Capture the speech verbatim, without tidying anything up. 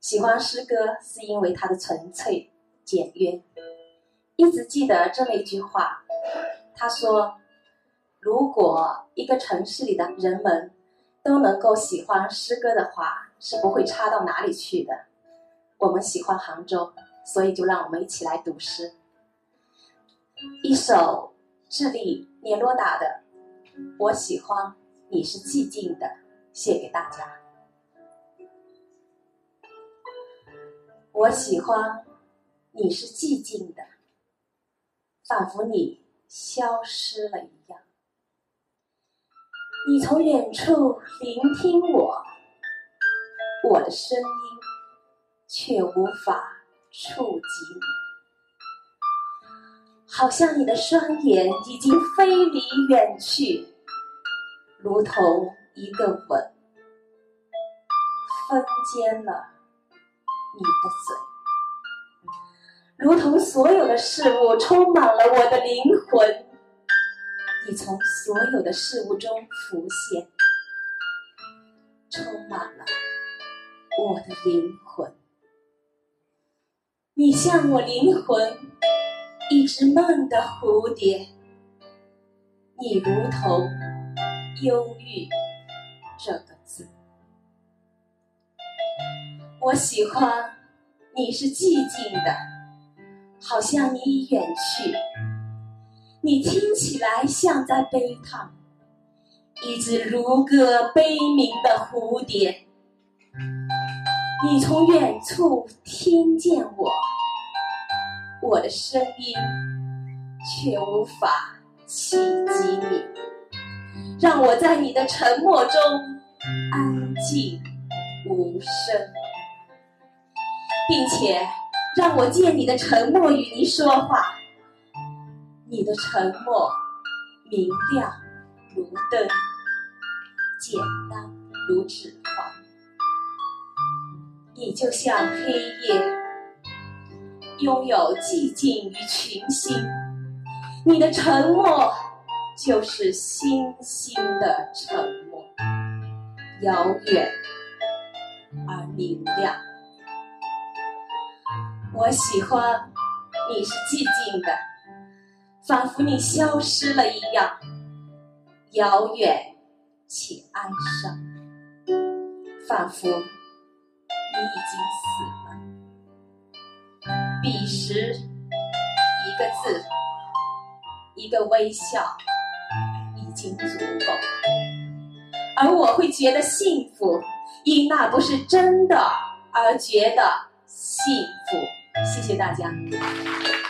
喜欢诗歌是因为它的纯粹简约。一直记得这么一句话，他说，如果一个城市里的人们都能够喜欢诗歌的话，是不会差到哪里去的。我们喜欢杭州，所以就让我们一起来读诗。一首智利聂罗达的《我喜欢你是寂静的》，献给大家。我喜欢你是寂静的，仿佛你消失了一样。你从远处聆听我，我的声音却无法触及你。好像你的双眼已经飞离远去，如同一个吻分间了你的嘴，如同所有的事物充满了我的灵魂。你从所有的事物中浮现，充满了我的灵魂。你像我灵魂一只梦的蝴蝶，你如同忧郁这个字。我喜欢你是寂静的，好像你已远去，你听起来像在悲叹，一只如歌悲鸣的蝴蝶。你从远处听见我，我的声音却无法企及你，让我在你的沉默中安静无声，并且让我借你的沉默与你说话。你的沉默明亮如灯，简单如指环。你就像黑夜，拥有寂静与群星。你的沉默就是星星的沉默，遥远而明亮。我喜欢你是寂静的，仿佛你消失了一样，遥远且哀伤，仿佛你已经死了。彼时一个字，一个微笑已经足够，而我会觉得幸福，因那不是真的而觉得幸福。谢谢大家。